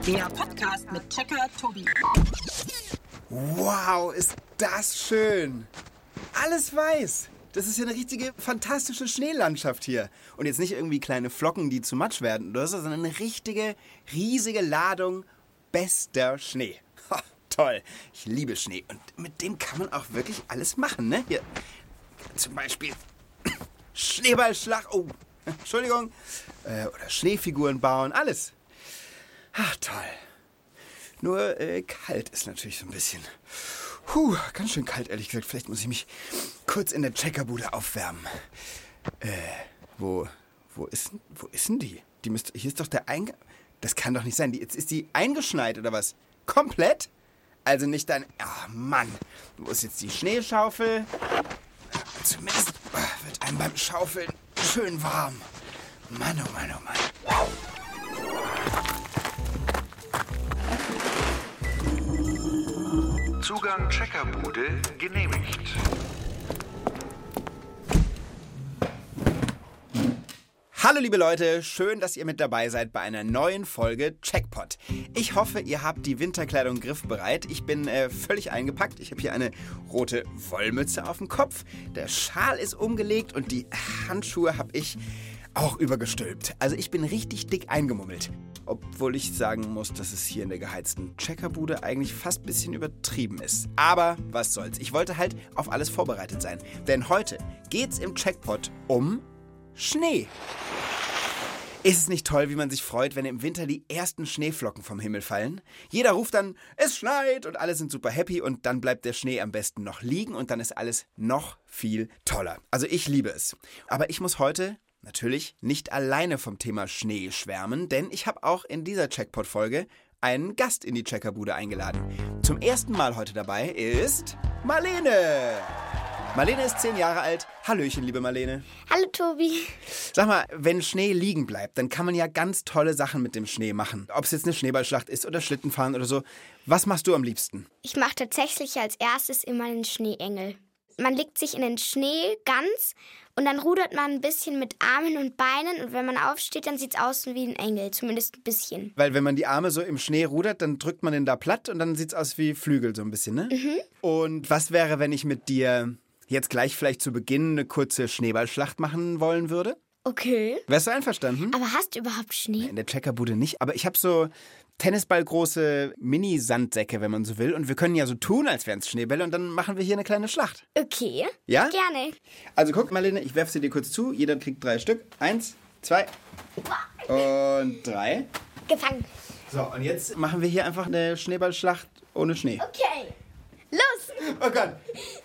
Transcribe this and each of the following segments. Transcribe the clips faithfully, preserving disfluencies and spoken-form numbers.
Der Podcast mit Checker Tobi. Wow, ist das schön. Alles weiß. Das ist ja eine richtige fantastische Schneelandschaft hier. Und jetzt nicht irgendwie kleine Flocken, die zu Matsch werden oder so, sondern eine richtige, riesige Ladung bester Schnee. Ha, toll. Ich liebe Schnee. Und mit dem kann man auch wirklich alles machen, ne? Hier zum Beispiel Schneeballschlacht. Oh, Entschuldigung. Äh, oder Schneefiguren bauen. Alles. Ach, toll. Nur äh, kalt ist natürlich so ein bisschen. Puh, ganz schön kalt, ehrlich gesagt. Vielleicht muss ich mich kurz in der Checkerbude aufwärmen. Äh, wo, wo ist, wo ist denn die? Die müsste, hier ist doch der Eingang. Das kann doch nicht sein. Die, jetzt ist die eingeschneit, oder was? Komplett? Also nicht dein... Ach, Mann. Wo ist jetzt die Schneeschaufel? Zumindest wird einem beim Schaufeln schön warm. Mann, oh Mann, oh Mann. Zugang Checkerbude genehmigt. Hallo liebe Leute, schön, dass ihr mit dabei seid bei einer neuen Folge Checkpot. Ich hoffe, ihr habt die Winterkleidung griffbereit. Ich bin äh, völlig eingepackt. Ich habe hier eine rote Wollmütze auf dem Kopf. Der Schal ist umgelegt und die Handschuhe habe ich auch übergestülpt. Also ich bin richtig dick eingemummelt. Obwohl ich sagen muss, dass es hier in der geheizten Checkerbude eigentlich fast ein bisschen übertrieben ist. Aber was soll's. Ich wollte halt auf alles vorbereitet sein. Denn heute geht's im Checkpot um Schnee. Ist es nicht toll, wie man sich freut, wenn im Winter die ersten Schneeflocken vom Himmel fallen? Jeder ruft dann, es schneit und alle sind super happy und dann bleibt der Schnee am besten noch liegen und dann ist alles noch viel toller. Also ich liebe es. Aber ich muss heute natürlich nicht alleine vom Thema Schnee schwärmen, denn ich habe auch in dieser Checkpot-Folge einen Gast in die Checkerbude eingeladen. Zum ersten Mal heute dabei ist Marlene. Marlene ist zehn Jahre alt. Hallöchen, liebe Marlene. Hallo, Tobi. Sag mal, wenn Schnee liegen bleibt, dann kann man ja ganz tolle Sachen mit dem Schnee machen. Ob es jetzt eine Schneeballschlacht ist oder Schlittenfahren oder so. Was machst du am liebsten? Ich mache tatsächlich als erstes immer einen Schneeengel. Man legt sich in den Schnee ganz und dann rudert man ein bisschen mit Armen und Beinen und wenn man aufsteht, dann sieht es aus wie ein Engel, zumindest ein bisschen. Weil wenn man die Arme so im Schnee rudert, dann drückt man den da platt und dann sieht es aus wie Flügel so ein bisschen, ne? Mhm. Und was wäre, wenn ich mit dir jetzt gleich vielleicht zu Beginn eine kurze Schneeballschlacht machen wollen würde? Okay. Wärst du einverstanden? Aber hast du überhaupt Schnee? In der Checkerbude nicht, aber ich habe so tennisballgroße Mini-Sandsäcke, wenn man so will. Und wir können ja so tun, als wären es Schneebälle und dann machen wir hier eine kleine Schlacht. Okay. Ja? Gerne. Also guck, Marlene, ich werfe sie dir kurz zu. Jeder kriegt drei Stück. Eins, zwei und drei. Gefangen. So, und jetzt machen wir hier einfach eine Schneeballschlacht ohne Schnee. Okay. Los. Oh Gott.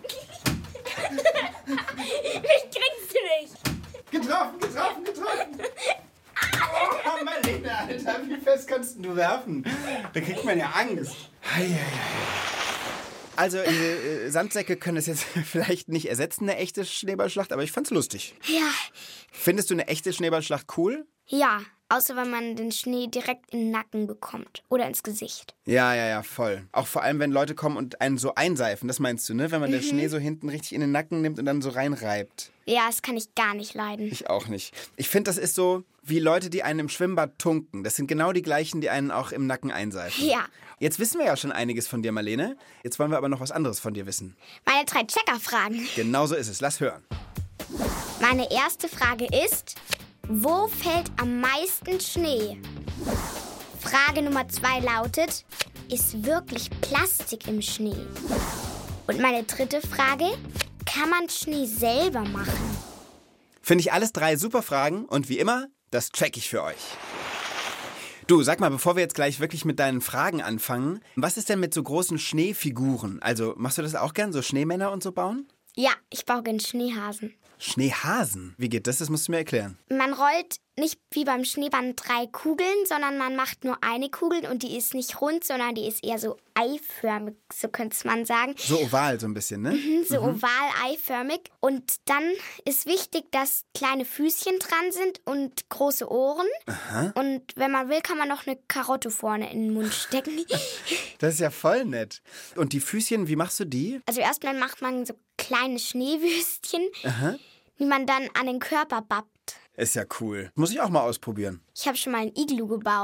Mich kriegst du nicht. Getroffen, getroffen, getroffen. Oh, Marlene, Alter, wie fest kannst du werfen? Da kriegt man ja Angst. Hei, hei, hei. Also, äh, Sandsäcke können es jetzt vielleicht nicht ersetzen, eine echte Schneeballschlacht, aber ich fand's lustig. Ja. Findest du eine echte Schneeballschlacht cool? Ja, außer wenn man den Schnee direkt in den Nacken bekommt oder ins Gesicht. Ja, ja, ja, voll. Auch vor allem, wenn Leute kommen und einen so einseifen, das meinst du, ne? Wenn man mhm. den Schnee so hinten richtig in den Nacken nimmt und dann so reinreibt. Ja, das kann ich gar nicht leiden. Ich auch nicht. Ich finde, das ist so wie Leute, die einen im Schwimmbad tunken. Das sind genau die gleichen, die einen auch im Nacken einseifen. Ja. Jetzt wissen wir ja schon einiges von dir, Marlene. Jetzt wollen wir aber noch was anderes von dir wissen. Meine drei Checker-Fragen. Genau so ist es. Lass hören. Meine erste Frage ist, wo fällt am meisten Schnee? Frage Nummer zwei lautet, ist wirklich Plastik im Schnee? Und meine dritte Frage, kann man Schnee selber machen? Finde ich alles drei super Fragen und wie immer, das check ich für euch. Du, sag mal, bevor wir jetzt gleich wirklich mit deinen Fragen anfangen, was ist denn mit so großen Schneefiguren? Also, machst du das auch gern, so Schneemänner und so bauen? Ja, ich baue gern Schneehasen. Schneehasen? Wie geht das? Das musst du mir erklären. Man rollt nicht wie beim Schneeball drei Kugeln, sondern man macht nur eine Kugel und die ist nicht rund, sondern die ist eher so eiförmig, so könnte man sagen. So oval so ein bisschen, ne? Mhm, so mhm. oval, eiförmig. Und dann ist wichtig, dass kleine Füßchen dran sind und große Ohren. Aha. Und wenn man will, kann man noch eine Karotte vorne in den Mund stecken. Das ist ja voll nett. Und die Füßchen, wie machst du die? Also erstmal macht man so kleine Schneewürstchen, Aha. die man dann an den Körper bappt. Ist ja cool. Muss ich auch mal ausprobieren. Ich habe schon mal ein Iglu gebaut.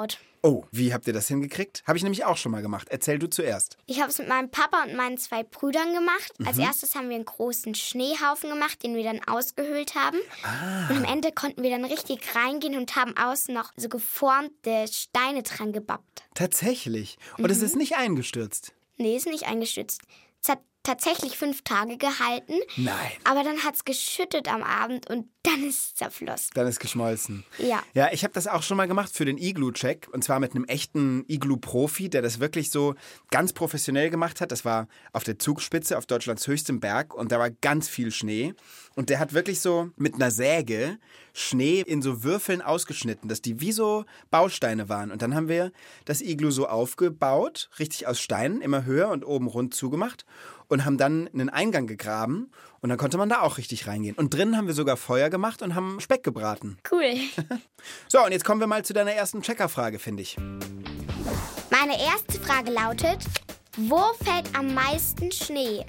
Oh, wie habt ihr das hingekriegt? Habe ich nämlich auch schon mal gemacht. Erzähl du zuerst. Ich habe es mit meinem Papa und meinen zwei Brüdern gemacht. Mhm. Als erstes haben wir einen großen Schneehaufen gemacht, den wir dann ausgehöhlt haben. Ah. Und am Ende konnten wir dann richtig reingehen und haben außen noch so geformte Steine dran gebappt. Tatsächlich? Und es mhm. ist nicht eingestürzt? Nee, ist nicht eingestürzt. Es hat tatsächlich fünf Tage gehalten. Nein. Aber dann hat es geschüttet am Abend und dann ist es zerflossen. Dann ist geschmolzen. Ja. Ja, ich habe das auch schon mal gemacht für den Igloo-Check. Und zwar mit einem echten Igloo-Profi, der das wirklich so ganz professionell gemacht hat. Das war auf der Zugspitze, auf Deutschlands höchstem Berg. Und da war ganz viel Schnee. Und der hat wirklich so mit einer Säge Schnee in so Würfeln ausgeschnitten, dass die wie so Bausteine waren. Und dann haben wir das Igloo so aufgebaut, richtig aus Steinen, immer höher und oben rund zugemacht. Und haben dann einen Eingang gegraben und dann konnte man da auch richtig reingehen. Und drinnen haben wir sogar Feuer gemacht und haben Speck gebraten. Cool. So, und jetzt kommen wir mal zu deiner ersten Checker-Frage, finde ich. Meine erste Frage lautet, wo fällt am meisten Schnee?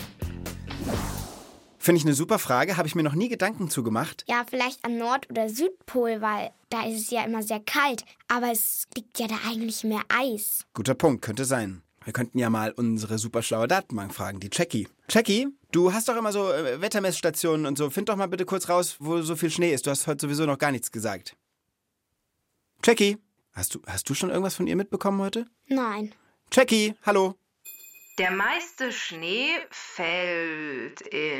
Finde ich eine super Frage, habe ich mir noch nie Gedanken zu gemacht. Ja, vielleicht am Nord- oder Südpol, weil da ist es ja immer sehr kalt. Aber es liegt ja da eigentlich mehr Eis. Guter Punkt, könnte sein. Wir könnten ja mal unsere super schlaue Datenbank fragen, die Jackie. Jackie, du hast doch immer so äh, Wettermessstationen und so. Find doch mal bitte kurz raus, wo so viel Schnee ist. Du hast heute sowieso noch gar nichts gesagt. Jackie, hast du, hast du schon irgendwas von ihr mitbekommen heute? Nein. Jackie, hallo. Der meiste Schnee fällt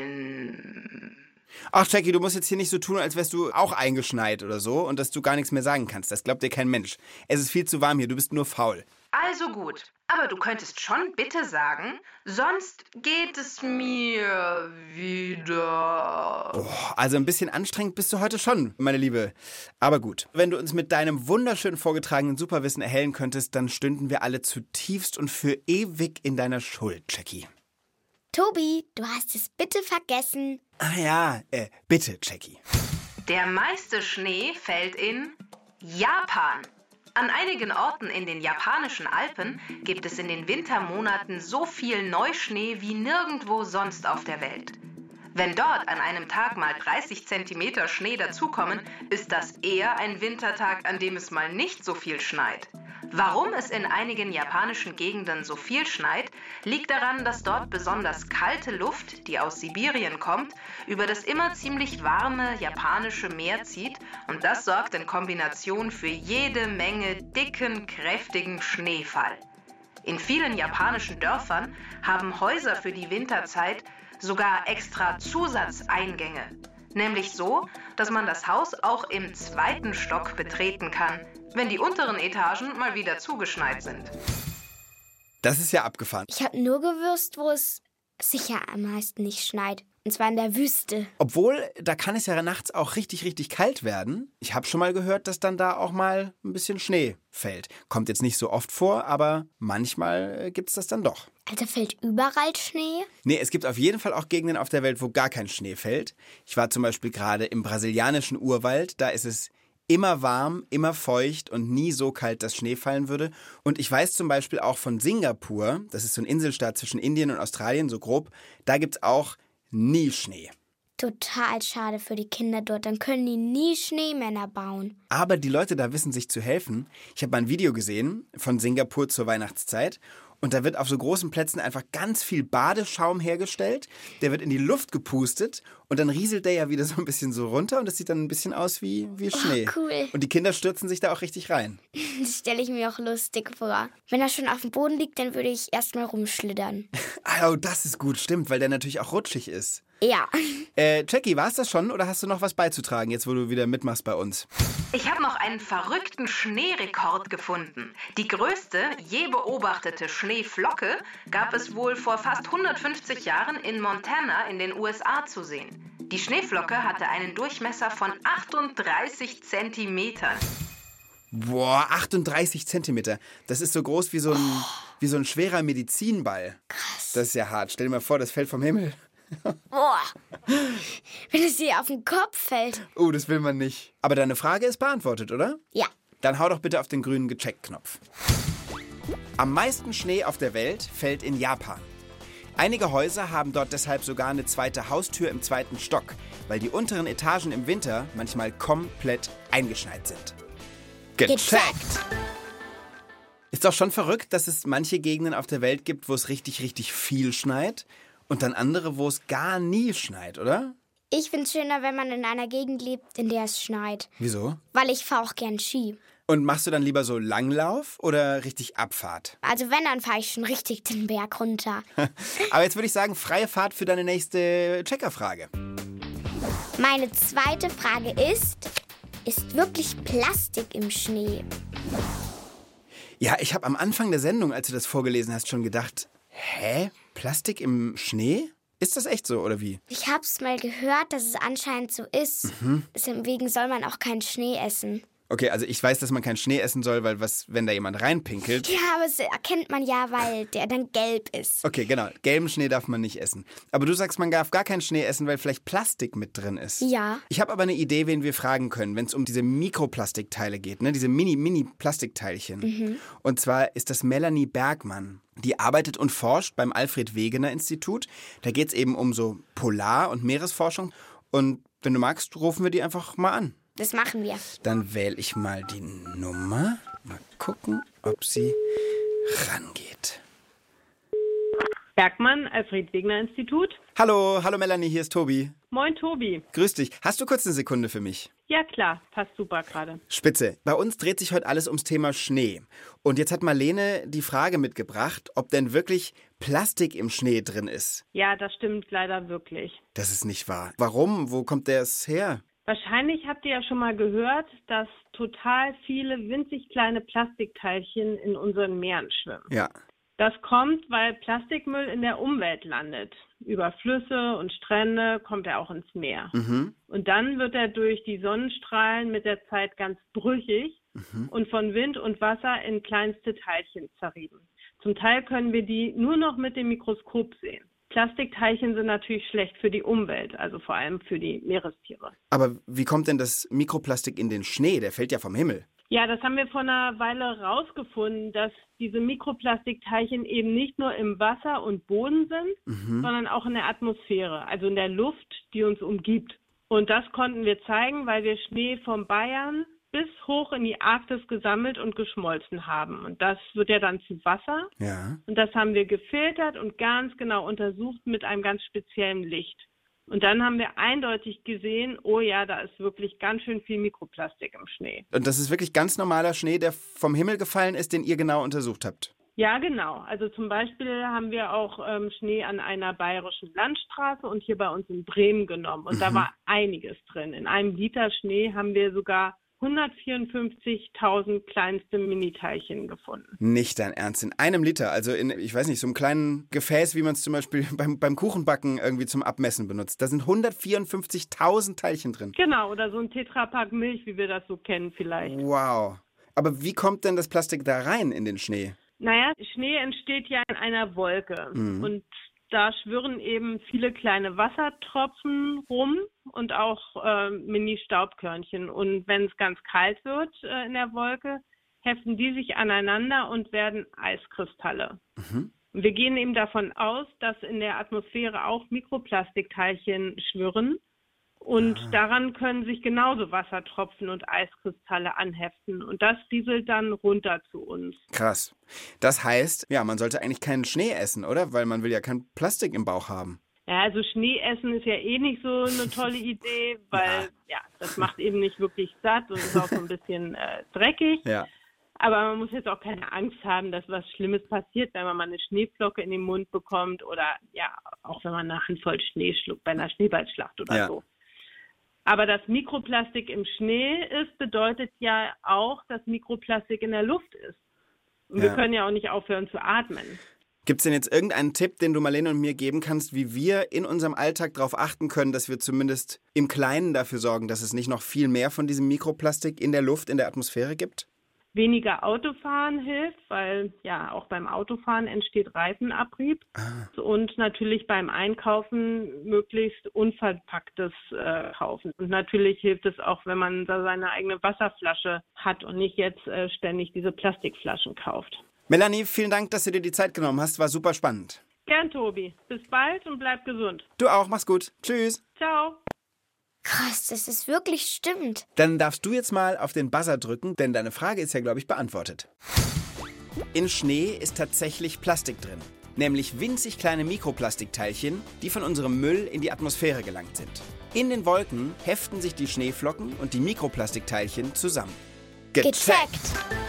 in... Ach, Jackie, du musst jetzt hier nicht so tun, als wärst du auch eingeschneit oder so und dass du gar nichts mehr sagen kannst. Das glaubt dir kein Mensch. Es ist viel zu warm hier, du bist nur faul. Also gut, aber du könntest schon bitte sagen, sonst geht es mir wieder... Oh, also ein bisschen anstrengend bist du heute schon, meine Liebe. Aber gut, wenn du uns mit deinem wunderschön vorgetragenen Superwissen erhellen könntest, dann stünden wir alle zutiefst und für ewig in deiner Schuld, Jackie. Tobi, du hast es bitte vergessen. Ah ja, äh, bitte, Jackie. Der meiste Schnee fällt in Japan. An einigen Orten in den japanischen Alpen gibt es in den Wintermonaten so viel Neuschnee wie nirgendwo sonst auf der Welt. Wenn dort an einem Tag mal dreißig Zentimeter Schnee dazukommen, ist das eher ein Wintertag, an dem es mal nicht so viel schneit. Warum es in einigen japanischen Gegenden so viel schneit, liegt daran, dass dort besonders kalte Luft, die aus Sibirien kommt, über das immer ziemlich warme japanische Meer zieht und das sorgt in Kombination für jede Menge dicken, kräftigen Schneefall. In vielen japanischen Dörfern haben Häuser für die Winterzeit sogar extra Zusatzeingänge. Nämlich so, dass man das Haus auch im zweiten Stock betreten kann, wenn die unteren Etagen mal wieder zugeschneit sind. Das ist ja abgefahren. Ich habe nur gewusst, wo es sicher am meisten nicht schneit. Und zwar in der Wüste. Obwohl, da kann es ja nachts auch richtig, richtig kalt werden. Ich habe schon mal gehört, dass dann da auch mal ein bisschen Schnee fällt. Kommt jetzt nicht so oft vor, aber manchmal gibt es das dann doch. Also fällt überall Schnee? Nee, es gibt auf jeden Fall auch Gegenden auf der Welt, wo gar kein Schnee fällt. Ich war zum Beispiel gerade im brasilianischen Urwald. Da ist es immer warm, immer feucht und nie so kalt, dass Schnee fallen würde. Und ich weiß zum Beispiel auch von Singapur, das ist so ein Inselstaat zwischen Indien und Australien, so grob, da gibt es auch nie Schnee. Total schade für die Kinder dort. Dann können die nie Schneemänner bauen. Aber die Leute da wissen sich zu helfen. Ich habe mal ein Video gesehen von Singapur zur Weihnachtszeit. Und da wird auf so großen Plätzen einfach ganz viel Badeschaum hergestellt. Der wird in die Luft gepustet und dann rieselt der ja wieder so ein bisschen so runter und das sieht dann ein bisschen aus wie, wie Schnee. Oh, cool. Und die Kinder stürzen sich da auch richtig rein. Das stelle ich mir auch lustig vor. Wenn er schon auf dem Boden liegt, dann würde ich erstmal rumschlittern. Oh, das ist gut, stimmt, weil der natürlich auch rutschig ist. Ja. Äh, Jackie, war es das schon oder hast du noch was beizutragen, jetzt wo du wieder mitmachst bei uns? Ich habe noch einen verrückten Schneerekord gefunden. Die größte je beobachtete Schneeflocke gab es wohl vor fast hundertfünfzig Jahren in Montana in den U S A zu sehen. Die Schneeflocke hatte einen Durchmesser von achtunddreißig Zentimetern. Boah, achtunddreißig Zentimeter. Das ist so groß wie so ein, oh. wie so ein schwerer Medizinball. Krass. Das ist ja hart. Stell dir mal vor, das fällt vom Himmel. Boah, wenn es dir auf den Kopf fällt. Oh, das will man nicht. Aber deine Frage ist beantwortet, oder? Ja. Dann hau doch bitte auf den grünen Gecheckt-Knopf. Am meisten Schnee auf der Welt fällt in Japan. Einige Häuser haben dort deshalb sogar eine zweite Haustür im zweiten Stock, weil die unteren Etagen im Winter manchmal komplett eingeschneit sind. Gecheckt! Ist doch schon verrückt, dass es manche Gegenden auf der Welt gibt, wo es richtig, richtig viel schneit und dann andere, wo es gar nie schneit, oder? Ich finde es schöner, wenn man in einer Gegend lebt, in der es schneit. Wieso? Weil ich fahre auch gern Ski. Und machst du dann lieber so Langlauf oder richtig Abfahrt? Also wenn, dann fahre ich schon richtig den Berg runter. Aber jetzt würde ich sagen, freie Fahrt für deine nächste Checkerfrage. Meine zweite Frage ist, ist wirklich Plastik im Schnee? Ja, ich habe am Anfang der Sendung, als du das vorgelesen hast, schon gedacht, hä? Plastik im Schnee? Ist das echt so, oder wie? Ich habe es mal gehört, dass es anscheinend so ist. Mhm. Deswegen soll man auch keinen Schnee essen. Okay, also ich weiß, dass man keinen Schnee essen soll, weil was, wenn da jemand reinpinkelt... Ja, aber das erkennt man ja, weil der dann gelb ist. Okay, genau. Gelben Schnee darf man nicht essen. Aber du sagst, man darf gar keinen Schnee essen, weil vielleicht Plastik mit drin ist. Ja. Ich habe aber eine Idee, wen wir fragen können, wenn es um diese Mikroplastikteile geht, ne? Diese Mini-Mini-Plastikteilchen. Mhm. Und zwar ist das Melanie Bergmann. Die arbeitet und forscht beim Alfred-Wegener-Institut. Da geht es eben um so Polar- und Meeresforschung. Und wenn du magst, rufen wir die einfach mal an. Das machen wir. Dann wähle ich mal die Nummer. Mal gucken, ob sie rangeht. Bergmann, Alfred-Wegener-Institut. Hallo, hallo Melanie, hier ist Tobi. Moin Tobi. Grüß dich. Hast du kurz eine Sekunde für mich? Ja klar, passt super gerade. Spitze. Bei uns dreht sich heute alles ums Thema Schnee. Und jetzt hat Marlene die Frage mitgebracht, ob denn wirklich Plastik im Schnee drin ist. Ja, das stimmt leider wirklich. Das ist nicht wahr. Warum? Wo kommt das her? Wahrscheinlich habt ihr ja schon mal gehört, dass total viele winzig kleine Plastikteilchen in unseren Meeren schwimmen. Ja. Das kommt, weil Plastikmüll in der Umwelt landet. Über Flüsse und Strände kommt er auch ins Meer. Mhm. Und dann wird er durch die Sonnenstrahlen mit der Zeit ganz brüchig mhm. und von Wind und Wasser in kleinste Teilchen zerrieben. Zum Teil können wir die nur noch mit dem Mikroskop sehen. Plastikteilchen sind natürlich schlecht für die Umwelt, also vor allem für die Meerestiere. Aber wie kommt denn das Mikroplastik in den Schnee? Der fällt ja vom Himmel. Ja, das haben wir vor einer Weile rausgefunden, dass diese Mikroplastikteilchen eben nicht nur im Wasser und Boden sind, mhm. sondern auch in der Atmosphäre, also in der Luft, die uns umgibt. Und das konnten wir zeigen, weil wir Schnee von Bayern bis hoch in die Arktis gesammelt und geschmolzen haben. Und das wird ja dann zu Wasser. Ja. Und das haben wir gefiltert und ganz genau untersucht mit einem ganz speziellen Licht. Und dann haben wir eindeutig gesehen, oh ja, da ist wirklich ganz schön viel Mikroplastik im Schnee. Und das ist wirklich ganz normaler Schnee, der vom Himmel gefallen ist, den ihr genau untersucht habt? Ja, genau. Also zum Beispiel haben wir auch ähm, Schnee an einer bayerischen Landstraße und hier bei uns in Bremen genommen. Und mhm. da war einiges drin. In einem Liter Schnee haben wir sogar hundertvierundfünfzigtausend kleinste Miniteilchen gefunden. Nicht dein Ernst, in einem Liter, also in, ich weiß nicht, so einem kleinen Gefäß, wie man es zum Beispiel beim, beim Kuchenbacken irgendwie zum Abmessen benutzt. Da sind hundertvierundfünfzigtausend Teilchen drin. Genau, oder so ein Tetrapack Milch, wie wir das so kennen vielleicht. Wow. Aber wie kommt denn das Plastik da rein in den Schnee? Naja, Schnee entsteht ja in einer Wolke mhm. und da schwirren eben viele kleine Wassertropfen rum und auch äh, Mini-Staubkörnchen. Und wenn es ganz kalt wird äh, in der Wolke, heften die sich aneinander und werden Eiskristalle. Mhm. Und wir gehen eben davon aus, dass in der Atmosphäre auch Mikroplastikteilchen schwirren. Und ah. daran können sich genauso Wassertropfen und Eiskristalle anheften. Und das rieselt dann runter zu uns. Krass. Das heißt, ja, man sollte eigentlich keinen Schnee essen, oder? Weil man will ja kein Plastik im Bauch haben. Ja, also Schnee essen ist ja eh nicht so eine tolle Idee, weil ja, ja das macht eben nicht wirklich satt und ist auch so ein bisschen äh, dreckig. Ja. Aber man muss jetzt auch keine Angst haben, dass was Schlimmes passiert, wenn man mal eine Schneeflocke in den Mund bekommt oder ja, auch wenn man eine Handvoll Schnee schluckt bei einer Schneeballschlacht oder ja. so. Aber dass Mikroplastik im Schnee ist, bedeutet ja auch, dass Mikroplastik in der Luft ist. Und ja. wir können ja auch nicht aufhören zu atmen. Gibt es denn jetzt irgendeinen Tipp, den du Marlene und mir geben kannst, wie wir in unserem Alltag darauf achten können, dass wir zumindest im Kleinen dafür sorgen, dass es nicht noch viel mehr von diesem Mikroplastik in der Luft, in der Atmosphäre gibt? Weniger Autofahren hilft, weil ja auch beim Autofahren entsteht Reifenabrieb ah. und natürlich beim Einkaufen möglichst unverpacktes äh, kaufen. Und natürlich hilft es auch, wenn man da seine eigene Wasserflasche hat und nicht jetzt äh, ständig diese Plastikflaschen kauft. Melanie, vielen Dank, dass du dir die Zeit genommen hast. War super spannend. Gern, Tobi. Bis bald und bleib gesund. Du auch. Mach's gut. Tschüss. Ciao. Krass, dass es wirklich stimmt. Dann darfst du jetzt mal auf den Buzzer drücken, denn deine Frage ist ja, glaube ich, beantwortet. In Schnee ist tatsächlich Plastik drin. Nämlich winzig kleine Mikroplastikteilchen, die von unserem Müll in die Atmosphäre gelangt sind. In den Wolken heften sich die Schneeflocken und die Mikroplastikteilchen zusammen. Gecheckt.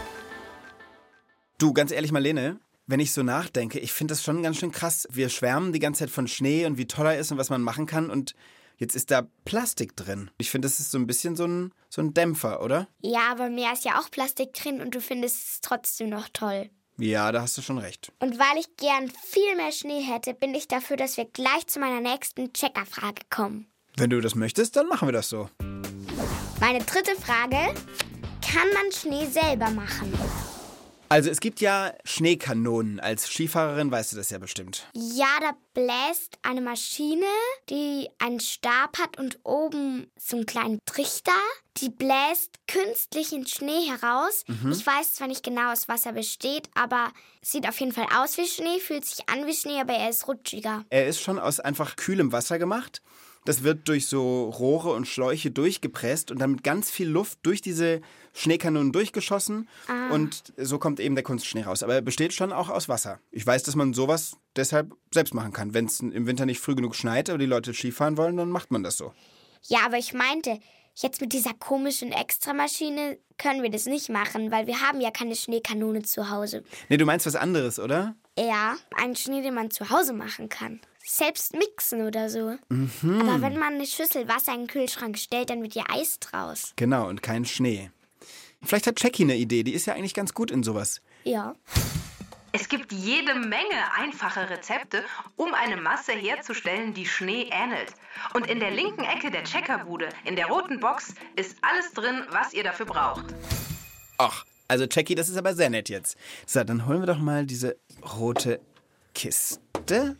Du, ganz ehrlich, Marlene, wenn ich so nachdenke, ich finde das schon ganz schön krass. Wir schwärmen die ganze Zeit von Schnee und wie toll er ist und was man machen kann und jetzt ist da Plastik drin. Ich finde, das ist so ein bisschen so ein, so ein Dämpfer, oder? Ja, aber mehr ist ja auch Plastik drin und du findest es trotzdem noch toll. Ja, da hast du schon recht. Und weil ich gern viel mehr Schnee hätte, bin ich dafür, dass wir gleich zu meiner nächsten Checker-Frage kommen. Wenn du das möchtest, dann machen wir das so. Meine dritte Frage: Kann man Schnee selber machen? Also es gibt ja Schneekanonen. Als Skifahrerin weißt du das ja bestimmt. Ja, da bläst eine Maschine, die einen Stab hat und oben so einen kleinen Trichter. Die bläst künstlich den Schnee heraus. Mhm. Ich weiß zwar nicht genau, aus was er besteht, aber sieht auf jeden Fall aus wie Schnee, fühlt sich an wie Schnee, aber er ist rutschiger. Er ist schon aus einfach kühlem Wasser gemacht. Das wird durch so Rohre und Schläuche durchgepresst und dann mit ganz viel Luft durch diese Schneekanonen durchgeschossen. Ah. Und so kommt eben der Kunstschnee raus. Aber er besteht schon auch aus Wasser. Ich weiß, dass man sowas deshalb selbst machen kann. Wenn es im Winter nicht früh genug schneit, aber die Leute Skifahren wollen, dann macht man das so. Ja, aber ich meinte, jetzt mit dieser komischen Extramaschine können wir das nicht machen, weil wir haben ja keine Schneekanone zu Hause. Nee, du meinst was anderes, oder? Ja, einen Schnee, den man zu Hause machen kann. Selbst mixen oder so. Mhm. Aber wenn man eine Schüssel Wasser in den Kühlschrank stellt, dann wird ja Eis draus. Genau, und kein Schnee. Vielleicht hat Jackie eine Idee, die ist ja eigentlich ganz gut in sowas. Ja. Es gibt jede Menge einfache Rezepte, um eine Masse herzustellen, die Schnee ähnelt. Und in der linken Ecke der Checkerbude, in der roten Box, ist alles drin, was ihr dafür braucht. Ach, also Jackie, das ist aber sehr nett jetzt. So, dann holen wir doch mal diese rote Kiste.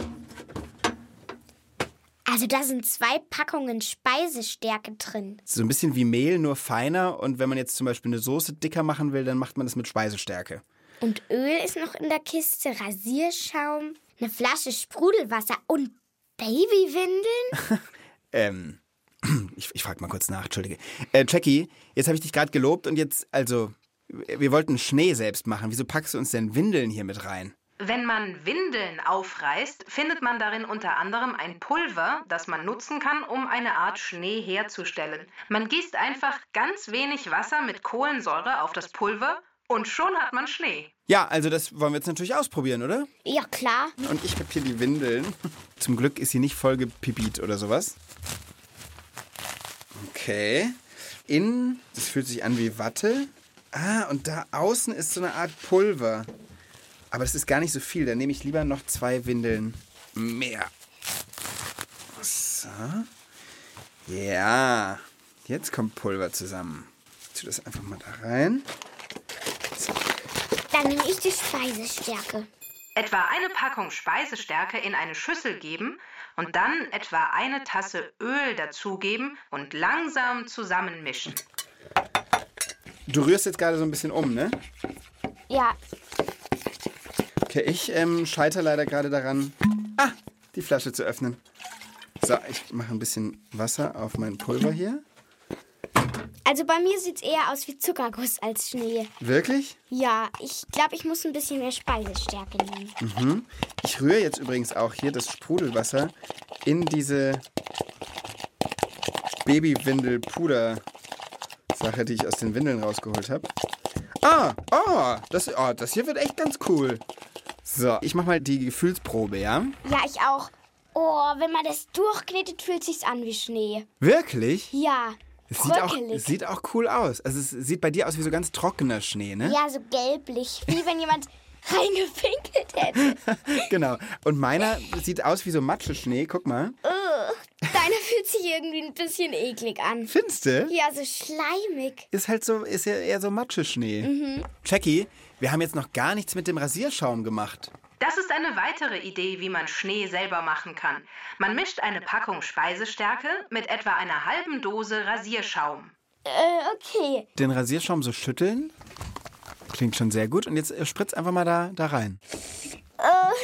Also da sind zwei Packungen Speisestärke drin. So ein bisschen wie Mehl, nur feiner. Und wenn man jetzt zum Beispiel eine Soße dicker machen will, dann macht man das mit Speisestärke. Und Öl ist noch in der Kiste, Rasierschaum, eine Flasche Sprudelwasser und Babywindeln? ähm, ich, ich frage mal kurz nach, entschuldige. Äh, Jackie, jetzt habe ich dich gerade gelobt und jetzt, also, wir wollten Schnee selbst machen. Wieso packst du uns denn Windeln hier mit rein? Wenn man Windeln aufreißt, findet man darin unter anderem ein Pulver, das man nutzen kann, um eine Art Schnee herzustellen. Man gießt einfach ganz wenig Wasser mit Kohlensäure auf das Pulver und schon hat man Schnee. Ja, also das wollen wir jetzt natürlich ausprobieren, oder? Ja, klar. Und ich habe hier die Windeln. Zum Glück ist sie nicht voll gepipit oder sowas. Okay. Innen, das fühlt sich an wie Watte. Ah, und da außen ist so eine Art Pulver. Aber das ist gar nicht so viel. Dann nehme ich lieber noch zwei Windeln mehr. So. Ja. Jetzt kommt Pulver zusammen. Ich tue das einfach mal da rein. So. Dann nehme ich die Speisestärke. Etwa eine Packung Speisestärke in eine Schüssel geben und dann etwa eine Tasse Öl dazugeben und langsam zusammenmischen. Du rührst jetzt gerade so ein bisschen um, ne? Ja. Okay, ich ähm, scheitere leider gerade daran, ah, die Flasche zu öffnen. So, ich mache ein bisschen Wasser auf mein Pulver hier. Also bei mir sieht es eher aus wie Zuckerguss als Schnee. Wirklich? Ja, ich glaube, ich muss ein bisschen mehr Speisestärke nehmen. Mhm. Ich rühre jetzt übrigens auch hier das Sprudelwasser in diese Babywindel-Puder-Sache, die ich aus den Windeln rausgeholt habe. Ah, oh das, oh, das hier wird echt ganz cool. So, ich mach mal die Gefühlsprobe, ja? Ja, ich auch. Oh, wenn man das durchknetet, fühlt sich's an wie Schnee. Wirklich? Ja. Es sieht auch, es sieht auch cool aus. Also es sieht bei dir aus wie so ganz trockener Schnee, ne? Ja, so gelblich. Wie wenn jemand reingepinkelt hätte. Genau. Und meiner sieht aus wie so Matscheschnee. Guck mal. Uh, deiner fühlt sich irgendwie ein bisschen eklig an. Findest du? Ja, so schleimig. Ist halt so, ist ja eher so Matscheschnee. Mhm. Jackie, wir haben jetzt noch gar nichts mit dem Rasierschaum gemacht. Das ist eine weitere Idee, wie man Schnee selber machen kann. Man mischt eine Packung Speisestärke mit etwa einer halben Dose Rasierschaum. Äh, okay. Den Rasierschaum so schütteln. Klingt schon sehr gut. Und jetzt spritz einfach mal da, da rein. Äh,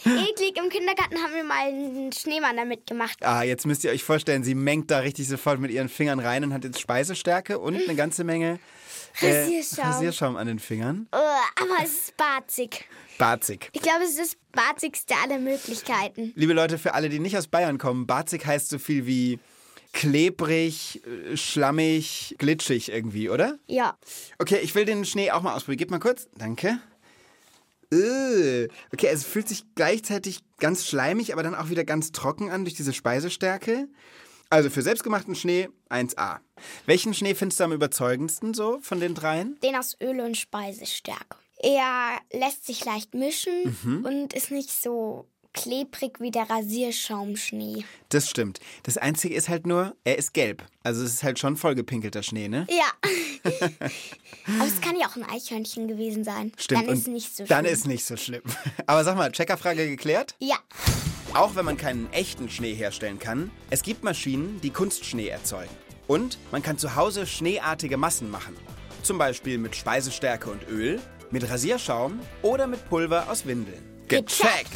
eklig. Im Kindergarten haben wir mal einen Schneemann damit gemacht. Ah, jetzt müsst ihr euch vorstellen, sie mengt da richtig sofort mit ihren Fingern rein und hat jetzt Speisestärke und eine ganze Menge äh, Rasierschaum. Rasierschaum an den Fingern. Oh, aber es ist barzig. Barzig. Ich glaube, es ist das barzigste aller Möglichkeiten. Liebe Leute, für alle, die nicht aus Bayern kommen, barzig heißt so viel wie klebrig, schlammig, glitschig irgendwie, oder? Ja. Okay, ich will den Schnee auch mal ausprobieren. Gib mal kurz. Danke. Uh, okay, es fühlt sich gleichzeitig ganz schleimig, aber dann auch wieder ganz trocken an durch diese Speisestärke. Also für selbstgemachten Schnee eins A. Welchen Schnee findest du am überzeugendsten so von den dreien? Den aus Öl und Speisestärke. Er lässt sich leicht mischen mhm. und ist nicht so klebrig wie der Rasierschaumschnee. Das stimmt. Das Einzige ist halt nur, er ist gelb. Also es ist halt schon vollgepinkelter Schnee, ne? Ja. Aber es kann ja auch ein Eichhörnchen gewesen sein. Stimmt. Dann ist es nicht so schlimm. Dann ist nicht so schlimm. Aber sag mal, Checkerfrage geklärt? Ja. Auch wenn man keinen echten Schnee herstellen kann, es gibt Maschinen, die Kunstschnee erzeugen. Und man kann zu Hause schneeartige Massen machen. Zum Beispiel mit Speisestärke und Öl, mit Rasierschaum oder mit Pulver aus Windeln. Gecheckt!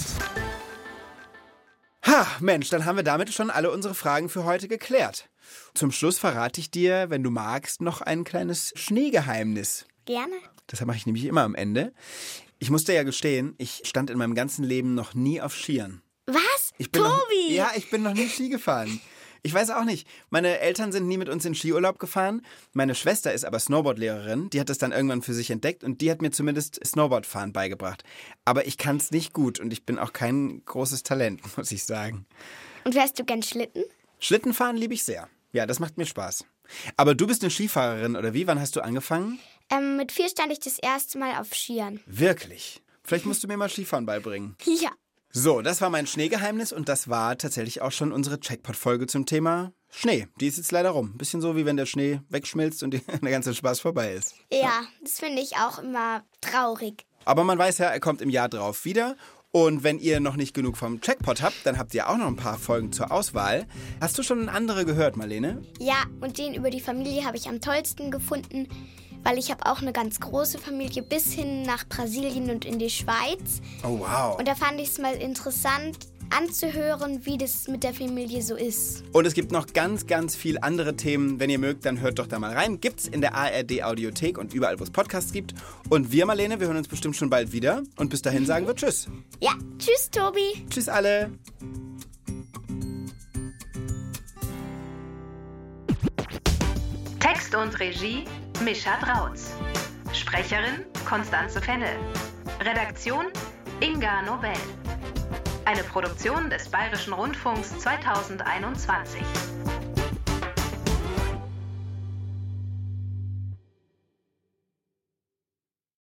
Ha, Mensch, dann haben wir damit schon alle unsere Fragen für heute geklärt. Zum Schluss verrate ich dir, wenn du magst, noch ein kleines Schneegeheimnis. Gerne. Das mache ich nämlich immer am Ende. Ich muss dir ja gestehen, ich stand in meinem ganzen Leben noch nie auf Skiern. Was? Ich bin Tobi! Noch, ja, ich bin noch nie Ski gefahren. Ich weiß auch nicht. Meine Eltern sind nie mit uns in Skiurlaub gefahren. Meine Schwester ist aber Snowboardlehrerin. Die hat das dann irgendwann für sich entdeckt und die hat mir zumindest Snowboardfahren beigebracht. Aber ich kann es nicht gut und ich bin auch kein großes Talent, muss ich sagen. Und fährst du gern Schlitten? Schlittenfahren liebe ich sehr. Ja, das macht mir Spaß. Aber du bist eine Skifahrerin, oder wie? Wann hast du angefangen? Ähm, mit vier stand ich das erste Mal auf Skiern. Wirklich? Vielleicht musst du mir mal Skifahren beibringen. Ja. So, das war mein Schneegeheimnis und das war tatsächlich auch schon unsere Checkpot-Folge zum Thema Schnee. Die ist jetzt leider rum. Bisschen so, wie wenn der Schnee wegschmilzt und der ganze Spaß vorbei ist. Ja, das finde ich auch immer traurig. Aber man weiß ja, er kommt im Jahr drauf wieder. Und wenn ihr noch nicht genug vom Checkpot habt, dann habt ihr auch noch ein paar Folgen zur Auswahl. Hast du schon andere gehört, Marlene? Ja, und den über die Familie habe ich am tollsten gefunden, weil ich habe auch eine ganz große Familie bis hin nach Brasilien und in die Schweiz. Oh, wow. Und da fand ich es mal interessant anzuhören, wie das mit der Familie so ist. Und es gibt noch ganz, ganz viel andere Themen. Wenn ihr mögt, dann hört doch da mal rein. Gibt's in der A R D-Audiothek und überall, wo es Podcasts gibt. Und wir, Marlene, wir hören uns bestimmt schon bald wieder. Und bis dahin sagen wir Tschüss. Ja, tschüss, Tobi. Tschüss alle. Text und Regie Mischa Drautz. Sprecherin Constanze Fennel. Redaktion Inga Nobel. Eine Produktion des Bayerischen Rundfunks zweitausendeinundzwanzig.